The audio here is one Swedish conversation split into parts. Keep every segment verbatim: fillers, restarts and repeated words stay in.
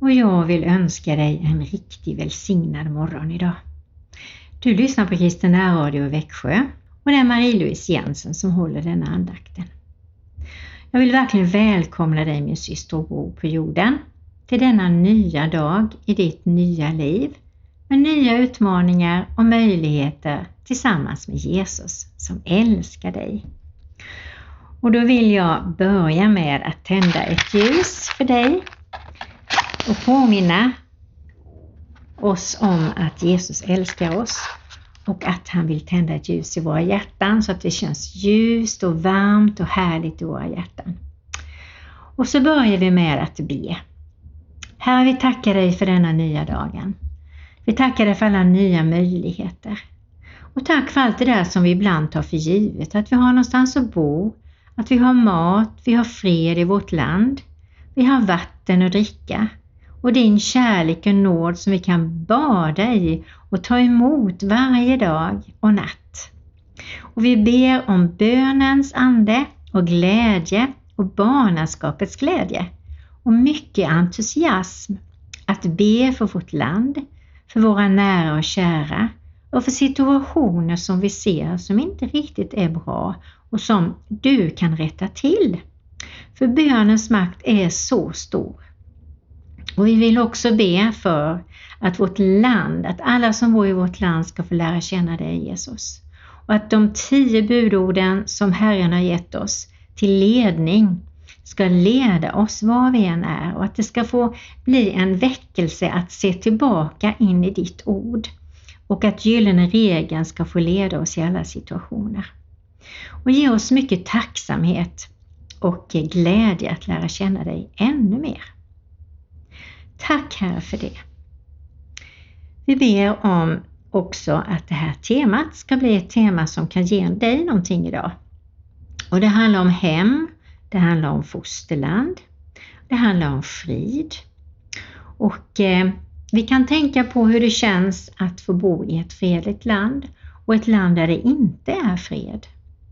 och jag vill önska dig en riktigt välsignad morgon idag. Du lyssnar på Kristen Radio i Växjö och det är Marie-Louise Jensen som håller denna andakten. Jag vill verkligen välkomna dig min syster och bror på jorden till denna nya dag i ditt nya liv med nya utmaningar och möjligheter tillsammans med Jesus som älskar dig. Och då vill jag börja med att tända ett ljus för dig och påminna oss om att Jesus älskar oss och att han vill tända ett ljus i våra hjärtan så att det känns ljust och varmt och härligt i våra hjärtan. Och så börjar vi med att be. Herre, vi tackar dig för denna nya dagen. Vi tackar dig för alla nya möjligheter. Och tack för allt det där som vi ibland tar för givet. Att vi har någonstans att bo, att vi har mat, vi har fred i vårt land. Vi har vatten att dricka. Och din kärlek och nåd som vi kan bada i och ta emot varje dag och natt. Och vi ber om bönens ande och glädje och barnaskapets glädje. Och mycket entusiasm att be för vårt land, för våra nära och kära och för situationer som vi ser som inte riktigt är bra och som du kan rätta till. För bönens makt är så stor. Och vi vill också be för att vårt land, att alla som bor i vårt land ska få lära känna dig, Jesus. Och att de tio budorden som Herren har gett oss till ledning ska leda oss var vi än är. Och att det ska få bli en väckelse att se tillbaka in i ditt ord. Och att gyllene regeln ska få leda oss i alla situationer. Och ge oss mycket tacksamhet och glädje att lära känna dig ännu mer. Tack Herre för det. Vi ber om också att det här temat ska bli ett tema som kan ge dig någonting idag. Och det handlar om hem, det handlar om fosterland, det handlar om frid. Och eh, vi kan tänka på hur det känns att få bo i ett fredligt land och ett land där det inte är fred.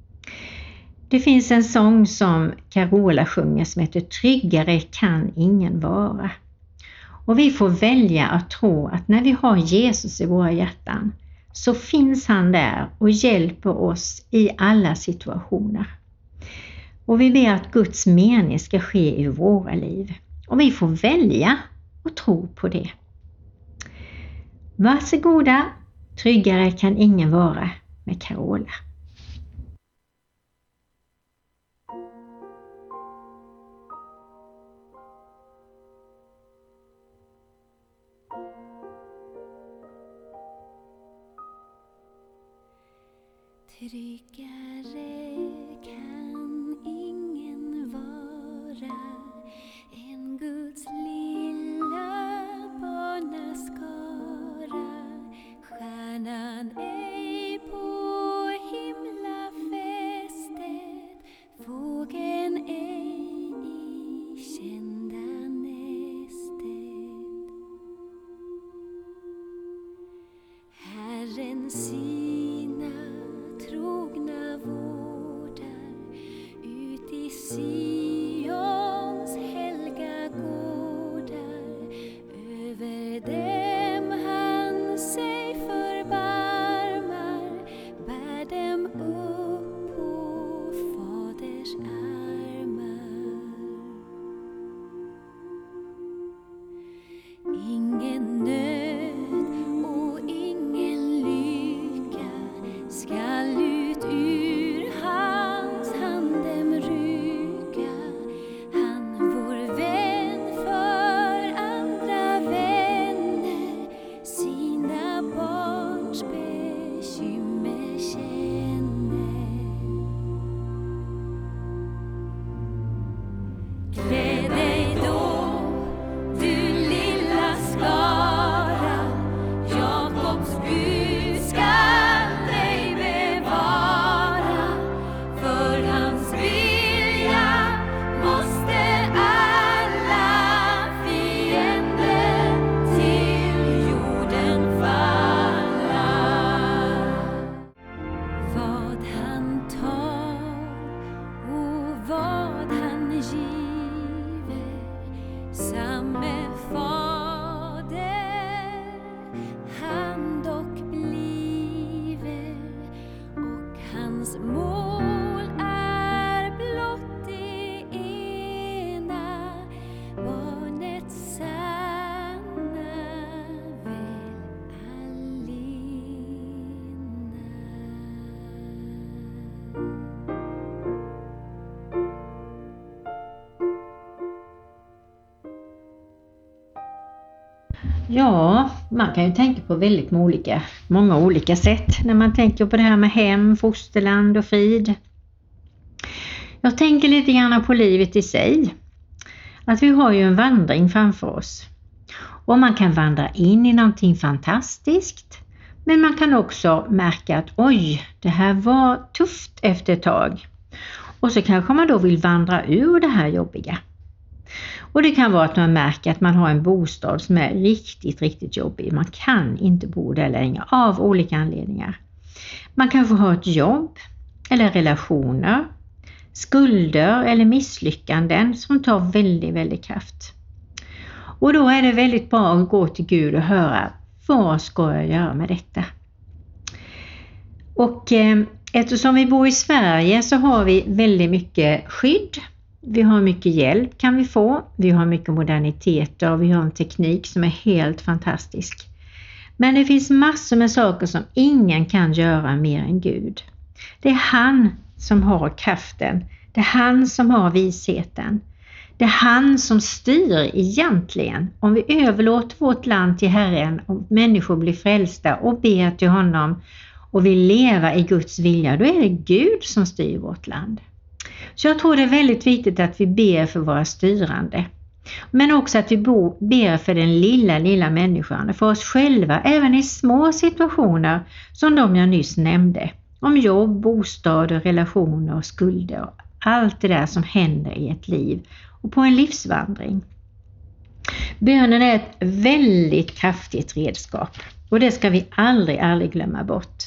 Det finns en sång som Carola sjunger som heter Tryggare kan ingen vara. Och vi får välja att tro att när vi har Jesus i våra hjärtan så finns han där och hjälper oss i alla situationer. Och vi ber att Guds mening ska ske i våra liv. Och vi får välja och tro på det. Varsågoda, tryggare kan ingen vara med Carola. Tryggare kan ingen vara än Guds lilla barnaskara. Stjärnan ej på himlafästet, fågeln ej i kända nästet. Herren sina trogna vår Ja, man kan ju tänka på väldigt många olika, många olika sätt när man tänker på det här med hem, fosterland och frid. Jag tänker lite grann på livet i sig. Att vi har ju en vandring framför oss. Och man kan vandra in i någonting fantastiskt. Men man kan också märka att oj, det här var tufft efter ett tag. Och så kanske man då vill vandra ur det här jobbiga. Och det kan vara att man märker att man har en bostad som är riktigt, riktigt jobbig. Man kan inte bo där längre av olika anledningar. Man kanske har ett jobb eller relationer, skulder eller misslyckanden som tar väldigt, väldigt kraft. Och då är det väldigt bra att gå till Gud och höra, vad ska jag göra med detta? Och eh, eftersom vi bor i Sverige så har vi väldigt mycket skydd. Vi har mycket hjälp kan vi få. Vi har mycket moderniteter och vi har en teknik som är helt fantastisk. Men det finns massor med saker som ingen kan göra mer än Gud. Det är han som har kraften. Det är han som har visheten. Det är han som styr egentligen. Om vi överlåter vårt land till Herren och människor blir frälsta och ber till honom och vill leva i Guds vilja, då är det Gud som styr vårt land. Så jag tror det är väldigt viktigt att vi ber för våra styrande. Men också att vi ber för den lilla, lilla människan, för oss själva, även i små situationer som de jag nyss nämnde. Om jobb, bostad, relationer och skulder och allt det där som händer i ett liv och på en livsvandring. Bönen är ett väldigt kraftigt redskap och det ska vi aldrig, aldrig glömma bort.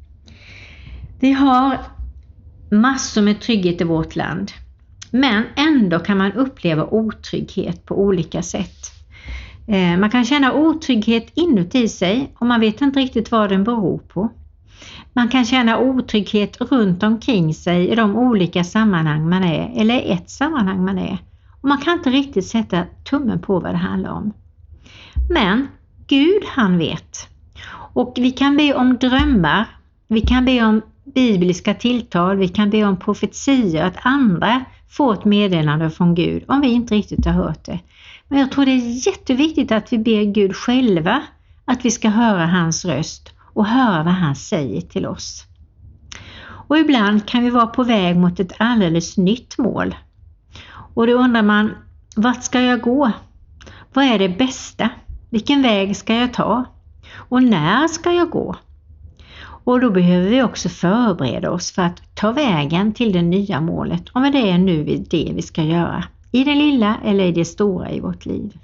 Vi har massor med trygghet i vårt land, men ändå kan man uppleva otrygghet på olika sätt. Man kan känna otrygghet inuti sig och man vet inte riktigt vad den beror på. Man kan känna otrygghet runt omkring sig i de olika sammanhang man är eller i ett sammanhang man är. Och man kan inte riktigt sätta tummen på vad det handlar om. Men Gud han vet. Och vi kan be om drömmar, vi kan be om bibliska tilltal, vi kan be om profetier, att andra får ett meddelande från Gud om vi inte riktigt har hört det. Men jag tror det är jätteviktigt att vi ber Gud själva att vi ska höra hans röst och höra vad han säger till oss. Och ibland kan vi vara på väg mot ett alldeles nytt mål. Och då undrar man, vart ska jag gå? Vad är det bästa? Vilken väg ska jag ta? Och när ska jag gå? Och då behöver vi också förbereda oss för att ta vägen till det nya målet. Om det är nu det vi ska göra. I det lilla eller i det stora i vårt liv.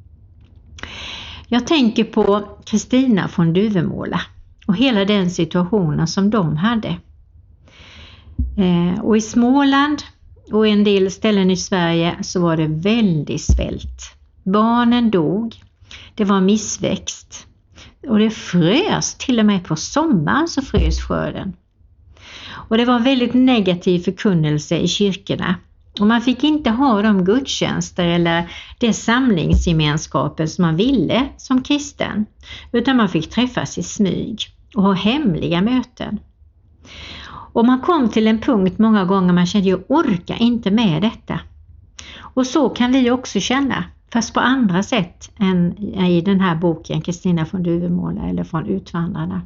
Jag tänker på Kristina från Duvemåla. Och hela den situationen som de hade. Eh, och i Småland och en del ställen i Sverige så var det väldigt svält. Barnen dog. Det var missväxt. Och det frös, till och med på sommaren så frös skörden. Och det var en väldigt negativ förkunnelse i kyrkorna. Och man fick inte ha de gudstjänster eller det samlingsgemenskapen som man ville som kristen. Utan man fick träffas i smyg och ha hemliga möten. Och man kom till en punkt många gånger man kände, jag orkar inte med detta. Och så kan vi också känna, fast på andra sätt än i den här boken Kristina från Duvemåla eller från Utvandrarna.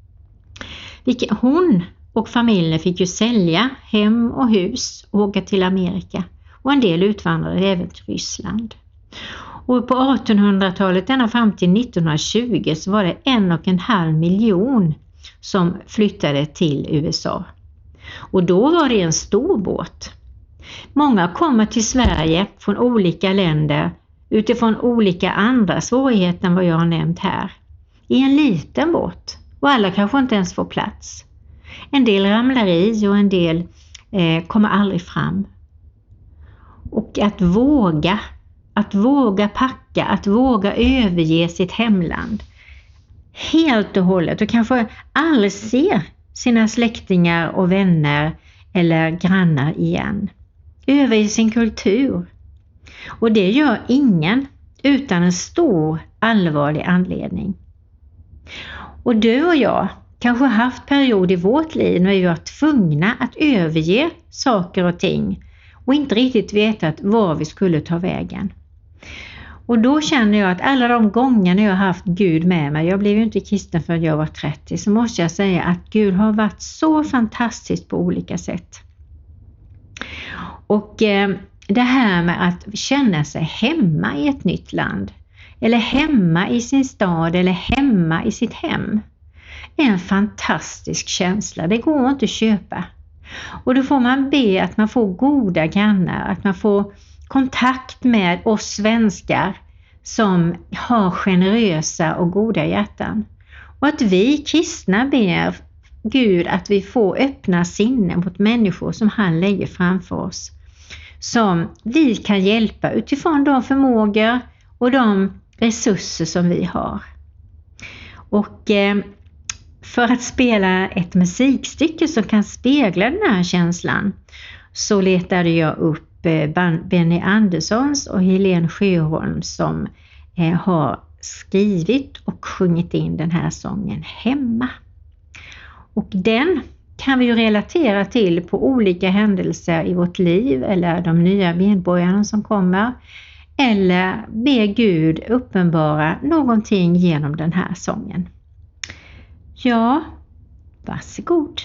Hon och familjen fick ju sälja hem och hus och åka till Amerika. Och en del utvandrade även till Ryssland. Och på artonhundratalet ända fram till nittonhundratjugo så var det en och en halv miljon som flyttade till U S A. Och då var det en stor båt. Många kommer till Sverige från olika länder utifrån olika andra svårigheter än vad jag har nämnt här. I en liten båt. Och alla kanske inte ens får plats. En del ramlar i och en del eh, kommer aldrig fram. Och att våga, att våga packa, att våga överge sitt hemland. Helt och hållet och kanske aldrig se sina släktingar och vänner eller grannar igen. Överge sin kultur. Och det gör ingen utan en stor allvarlig anledning. Och du och jag kanske har haft period i vårt liv när vi var tvungna att överge saker och ting och inte riktigt vetat var vi skulle ta vägen. Och då känner jag att alla de gånger när jag har haft Gud med mig, jag blev ju inte kristen förrän jag var trettio, så måste jag säga att Gud har varit så fantastiskt på olika sätt. Och eh, det här med att känna sig hemma i ett nytt land, eller hemma i sin stad, eller hemma i sitt hem, är en fantastisk känsla. Det går inte att köpa. Och då får man be att man får goda grannar, att man får kontakt med oss svenskar som har generösa och goda hjärtan. Och att vi kristna ber Gud att vi får öppna sinnen mot människor som han lägger framför oss, som vi kan hjälpa utifrån de förmågor och de resurser som vi har. Och eh, för att spela ett musikstycke som kan spegla den här känslan, så letade jag upp eh, Benny Anderssons och Helene Sjöholm som eh, har skrivit och sjungit in den här sången Hemma. Och den kan vi ju relatera till på olika händelser i vårt liv, eller de nya medborgarna som kommer, eller be Gud uppenbara någonting genom den här sången. Ja, varsågod.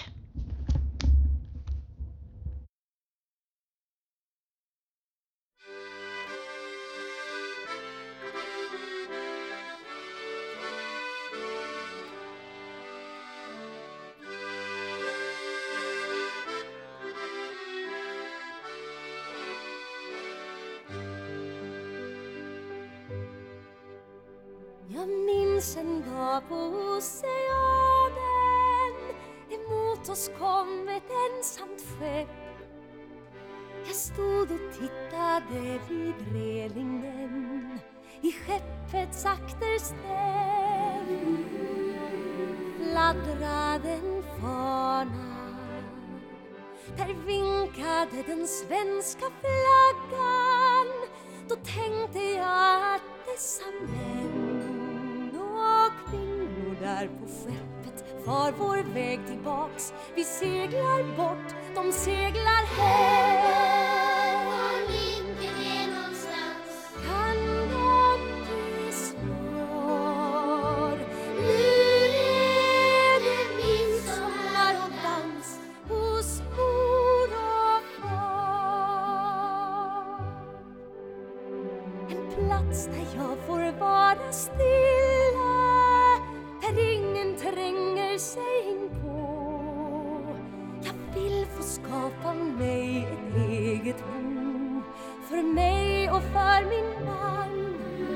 Jag minns en dag på oceanen, emot oss kom ett ensamt skepp. Jag stod och tittade vid relingen i skeppets akterställ. Fladdrade en fana, där vinkade den svenska flaggan. Då tänkte jag att dessa män och kvinnor där på skeppet far vår väg tillbaks. Vi seglar bort, de seglar hem. Var vinkeln är någonstans? Kan de ge svar? Nu är det midsommar och dans hos mor och far. En plats där jag får vara stilla, där ingen tränger sig in på. Jag vill få skapa mig ett eget bo, för mig och för min man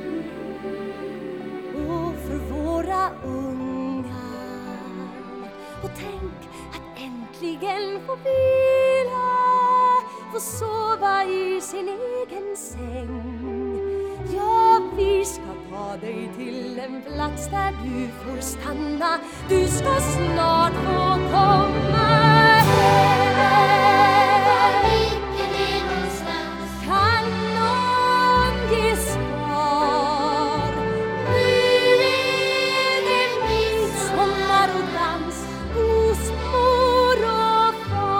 och för våra ungar. Och tänk att äntligen få vila, få sova i sin egen säng. Ja, vi ska ta dig till en plats där du får stanna. Du ska snart få komma hem. Vilken är någonstans? Kan någon ge svar? Nu är det midsommar och dans hos mor och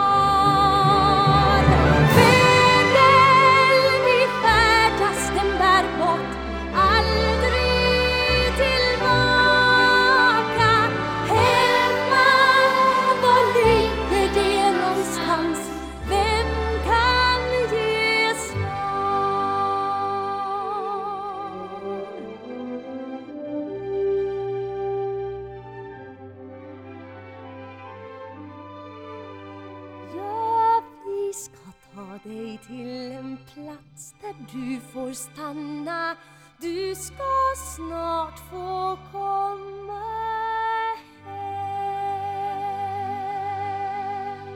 far. Vägen vi färdas, den bär bort, aldrig tillbaka. Hemma, var ligger det någonstans? Vem kan ge svar? Ja, vi ska ta dig till en plats där du får stanna. Du ska snart få komma hem.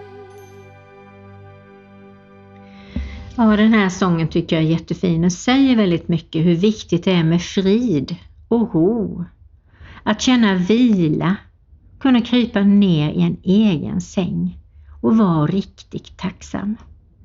Ja, den här sången tycker jag är jättefin och säger väldigt mycket hur viktigt det är med frid och ro. Att känna vila, kunna krypa ner i en egen säng och vara riktigt tacksam.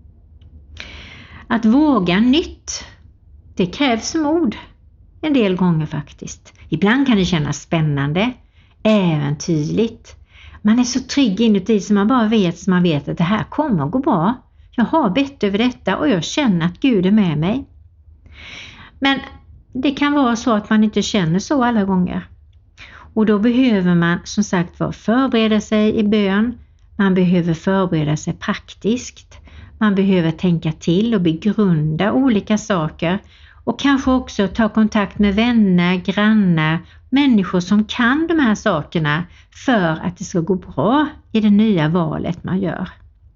Att våga nytt, det krävs mod en del gånger faktiskt. Ibland kan det kännas spännande, äventyrligt. Man är så trygg inuti som man bara vet som man vet att det här kommer att gå bra. Jag har bett över detta och jag känner att Gud är med mig. Men det kan vara så att man inte känner så alla gånger. Och då behöver man som sagt var förbereda sig i bön. Man behöver förbereda sig praktiskt. Man behöver tänka till och begrunda olika saker. Och kanske också ta kontakt med vänner, grannar, människor som kan de här sakerna för att det ska gå bra i det nya valet man gör.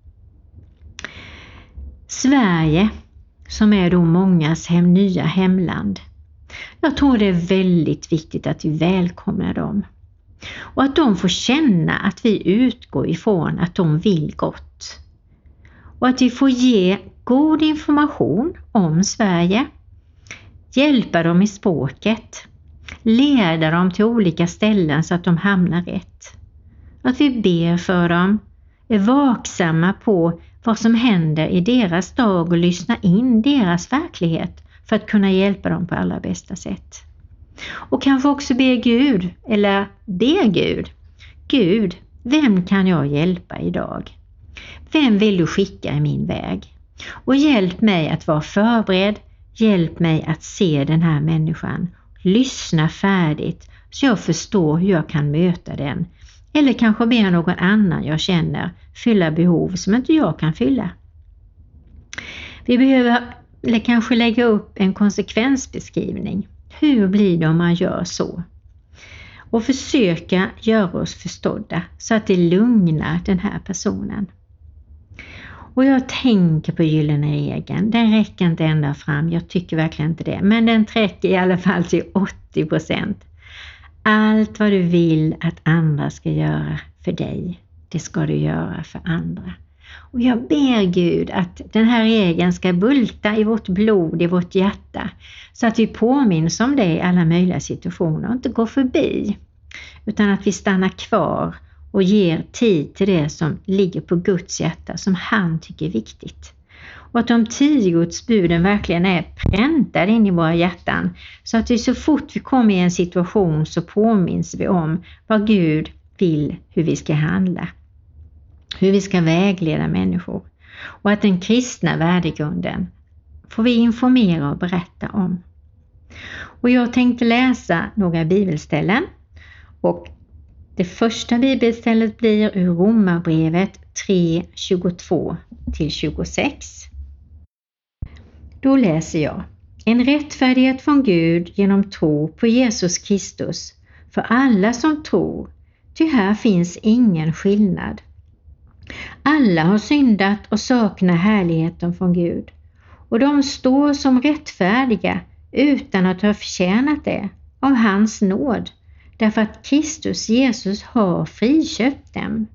Sverige, som är då mångas hem, nya hemland. Jag tror det är väldigt viktigt att vi välkomnar dem. Och att de får känna att vi utgår ifrån att de vill gott. Och att vi får ge god information om Sverige. Hjälpa dem i språket. Leda dem till olika ställen så att de hamnar rätt. Att vi ber för dem. Är vaksamma på vad som händer i deras dag och lyssna in deras verklighet för att kunna hjälpa dem på allra bästa sätt. Och kanske också be Gud, eller be Gud. Gud, vem kan jag hjälpa idag? Vem vill du skicka i min väg? Och hjälp mig att vara förberedd. Hjälp mig att se den här människan. Lyssna färdigt så jag förstår hur jag kan möta den. Eller kanske be någon annan jag känner fylla behov som inte jag kan fylla. Vi behöver eller kanske lägga upp en konsekvensbeskrivning. Hur blir det om man gör så? Och försöka göra oss förstådda så att det lugnar den här personen. Och jag tänker på gyllene regeln. Den räcker inte ända fram. Jag tycker verkligen inte det. Men den räcker i alla fall till åttio procent. Allt vad du vill att andra ska göra för dig, det ska du göra för andra. Och jag ber Gud att den här regeln ska bulta i vårt blod, i vårt hjärta. Så att vi påminns om det i alla möjliga situationer och inte går förbi. Utan att vi stannar kvar och ger tid till det som ligger på Guds hjärta som han tycker är viktigt. Och att de tio Guds buden verkligen är präntade in i våra hjärtan. Så att vi så fort vi kommer i en situation så påminns vi om vad Gud vill, hur vi ska handla. Hur vi ska vägleda människor. Och att den kristna värdegrunden får vi informera och berätta om. Och jag tänkte läsa några bibelställen. Och det första bibelstället blir ur Romarbrevet tre tjugotvå till tjugosex. Då läser jag. En rättfärdighet från Gud genom tro på Jesus Kristus för alla som tror. Ty här finns ingen skillnad. Alla har syndat och saknar härligheten från Gud. Och de står som rättfärdiga utan att ha förtjänat det av hans nåd. Därför att Kristus Jesus har friköpt dem.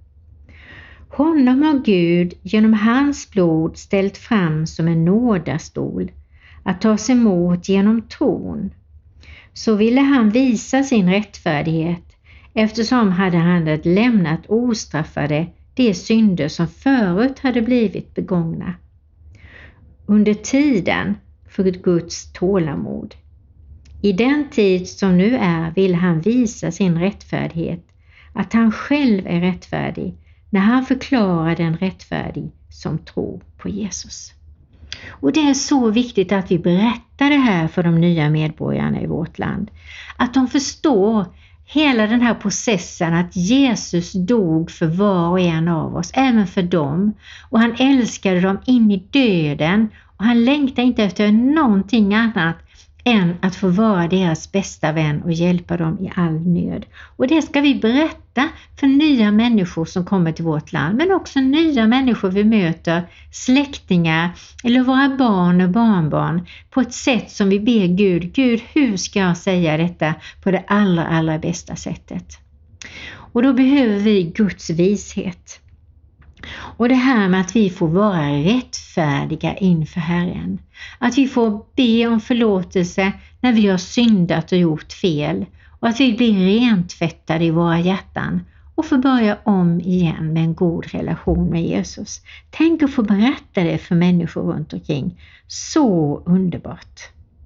Honom har Gud genom hans blod ställt fram som en nådastol att tas emot genom tron. Så ville han visa sin rättfärdighet eftersom hade han lämnat ostraffade de synder som förut hade blivit begångna. Under tiden för Guds tålamod. I den tid som nu är vill han visa sin rättfärdighet, att han själv är rättfärdig när han förklarar den rättfärdig som tror på Jesus. Och det är så viktigt att vi berättar det här för de nya medborgarna i vårt land. Att de förstår hela den här processen att Jesus dog för var och en av oss, även för dem. Och han älskade dem in i döden och han längtade inte efter någonting annat än att få vara deras bästa vän och hjälpa dem i all nöd. Och det ska vi berätta för nya människor som kommer till vårt land, men också nya människor vi möter, släktingar eller våra barn och barnbarn på ett sätt som vi ber Gud, Gud hur ska jag säga detta på det allra allra bästa sättet. Och då behöver vi Guds vishet. Och det här med att vi får vara rättfärdiga inför Herren. Att vi får be om förlåtelse när vi har syndat och gjort fel. Och att vi blir rentvättade i våra hjärtan och får börja om igen med en god relation med Jesus. Tänk att få berätta det för människor runt omkring. Så underbart.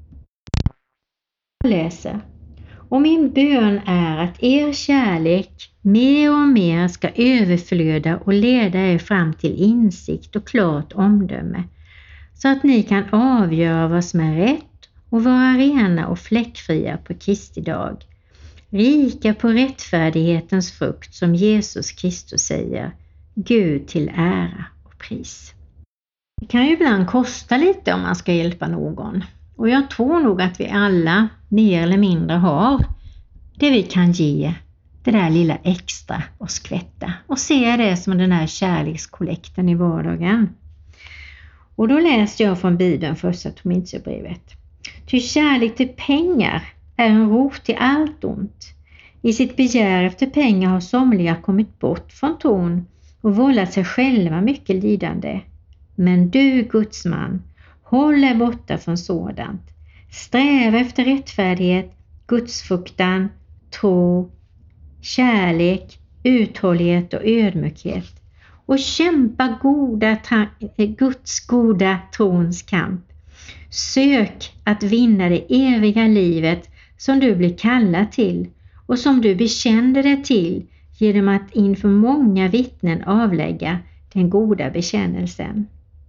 Jag läser. Och min bön är att er kärlek mer och mer ska överflöda och leda er fram till insikt och klart omdöme. Så att ni kan avgöra vad som är rätt och vara rena och fläckfria på Kristi dag, rika på rättfärdighetens frukt som Jesus Kristus säger, Gud till ära och pris. Det kan ju ibland kosta lite om man ska hjälpa någon, och jag tror nog att vi alla mer eller mindre har det vi kan ge, det där lilla extra och skvätta, och se det som den här kärlekskollekten i vardagen. Och då läste jag från Bibeln, första Timoteusbrevet. Ty kärlek till pengar är en rot till allt ont. I sitt begär efter pengar har somliga kommit bort från tron och vållat sig själva mycket lidande. Men du, Guds man, håll er borta från sådant. Sträva efter rättfärdighet, gudsfruktan, tro, kärlek, uthållighet och ödmjukhet. Och kämpa goda Guds goda trons kamp. Sök att vinna det eviga livet som du blir kallad till och som du bekände dig till genom att inför många vittnen avlägga den goda bekännelsen.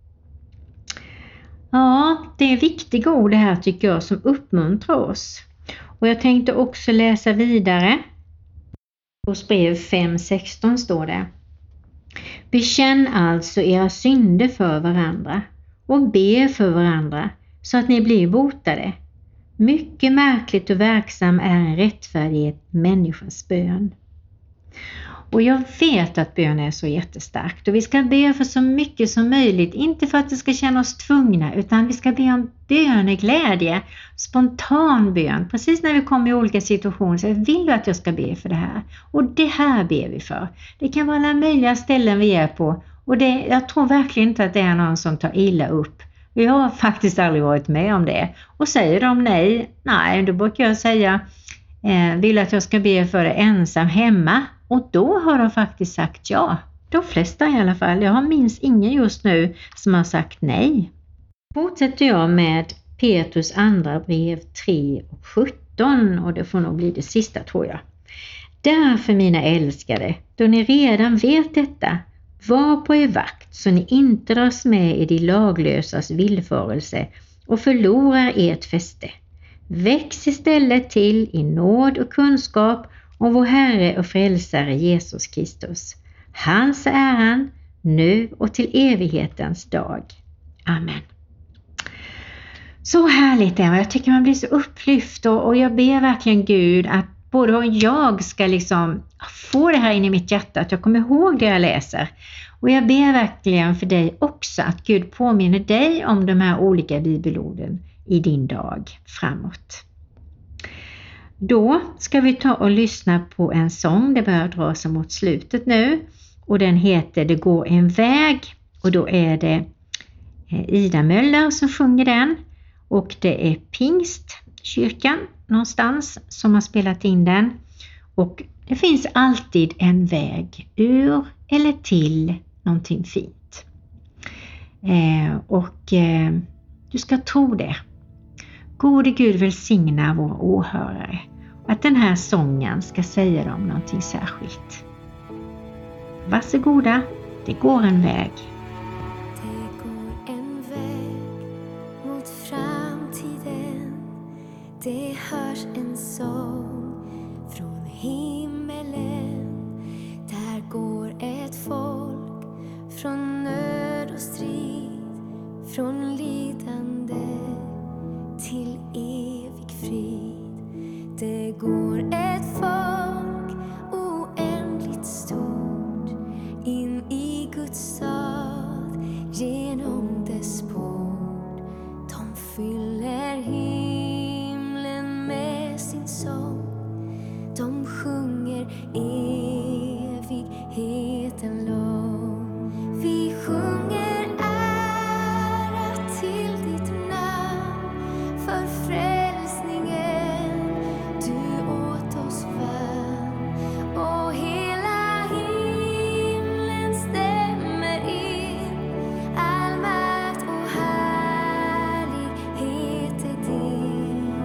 Ja, det är viktiga ord det här tycker jag som uppmuntrar oss. Och jag tänkte också läsa vidare. Hos brev fem sexton står det: Bekänn alltså era synder för varandra och be för varandra så att ni blir botade. Mycket märkligt och verksam är en rättfärdighet människans bön. Och jag vet att bön är så jättestarkt och vi ska be för så mycket som möjligt. Inte för att vi ska känna oss tvungna, utan vi ska be om böneglädje, spontan bön. Precis när vi kommer i olika situationer så vill du att jag ska be för det här. Och det här ber vi för. Det kan vara alla möjliga ställen vi är på. Och det, jag tror verkligen inte att det är någon som tar illa upp. Vi har faktiskt aldrig varit med om det. Och säger de nej, nej, då brukar jag säga eh, vill att jag ska be för det ensam hemma. Och då har de faktiskt sagt ja. De flesta i alla fall. Jag har minst ingen just nu som har sagt nej. Fortsätter jag med Petrus andra brev tre och sjutton. Och det får nog bli det sista tror jag. Därför mina älskade, då ni redan vet detta, var på er vakt så ni inte dras med i de laglösas villfarelse och förlorar ert fäste. Väx istället till i nåd och kunskap om vår Herre och Frälsare Jesus Kristus. Hans äran nu och till evighetens dag. Amen. Så härligt är det. Jag tycker man blir så upplyft och, och jag ber verkligen Gud att både jag ska liksom få det här in i mitt hjärta, att jag kommer ihåg det jag läser. Och jag ber verkligen för dig också att Gud påminner dig om de här olika bibelorden i din dag framåt. Då ska vi ta och lyssna på en sång, det börjar dra sig mot slutet nu. Och den heter Det går en väg och då är det Ida Möller som sjunger den. Och det är Pingstkyrkan någonstans som har spelat in den. Och det finns alltid en väg ur eller till någonting fint. Eh, och eh, du ska tro det. Gode Gud välsigna våra åhörare. Att den här sången ska säga dem någonting särskilt. Varsågoda, det går en väg. Det går en väg mot framtiden. Det hörs en sång från himmelen. Där går ett folk från nöd och strid, från lidande till evig frid. Det går ett folk oändligt stort in i Guds stad genom dess port. De fyller himlen med sin sång. De sjunger evigheten lång. Vi sjunger ära till ditt namn för frälsningen du åt oss vann. Och hela himlen stämmer in. All makt och härlighet är din.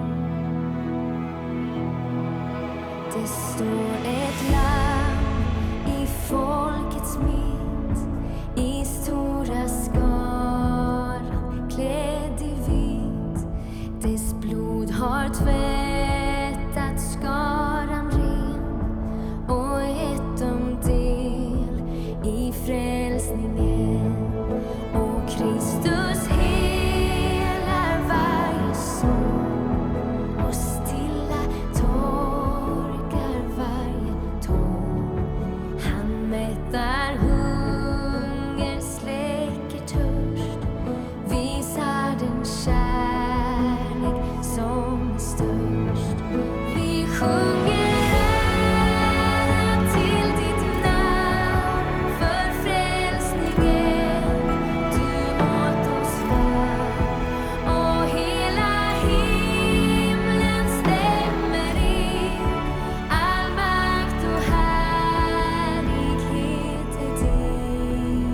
Det står ett lamm i folkets mitt, i stora skaran klädd i vitt. Dess blod har tvättat skaran ren och gett dem del i frälsningen. Och Kristus helar varje sorg och stilla torkar varje tår. Han mättar hunger, släcker törst, visar den kärlek som är störst. Vi sjunger ära till ditt namn för frälsningen du åt oss för. Och hela himlen stämmer in, all makt och härlighet är din.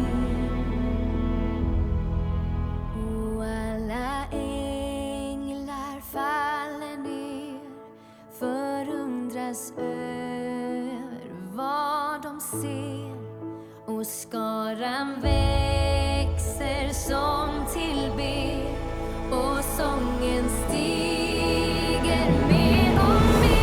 Och alla änglar faller ner, förundras över vad de ser. Och skaran växer som tillber, och sången stiger mer och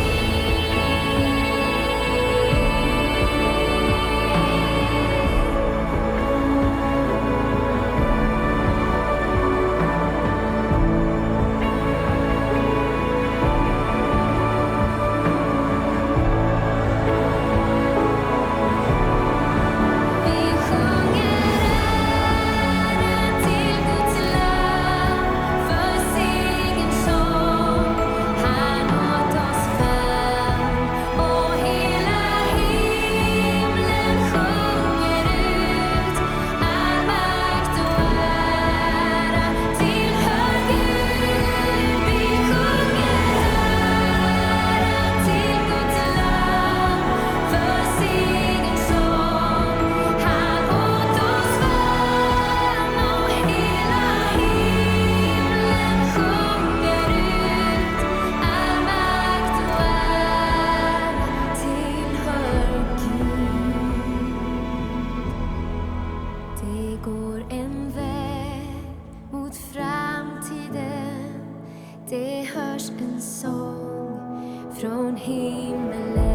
vi sjunger ära till Guds lam för segerns sång. Han åt oss fram, och hela himlen sjunger ut. All makt och ära tillhör Gud. Vi sjunger ära till Guds lam för segerns sång. Han åt oss fram, och hela himlen sjunger ut. All makt och ära tillhör Gud. Det går en väg mot framtiden. Det hörs en sång från himmelen.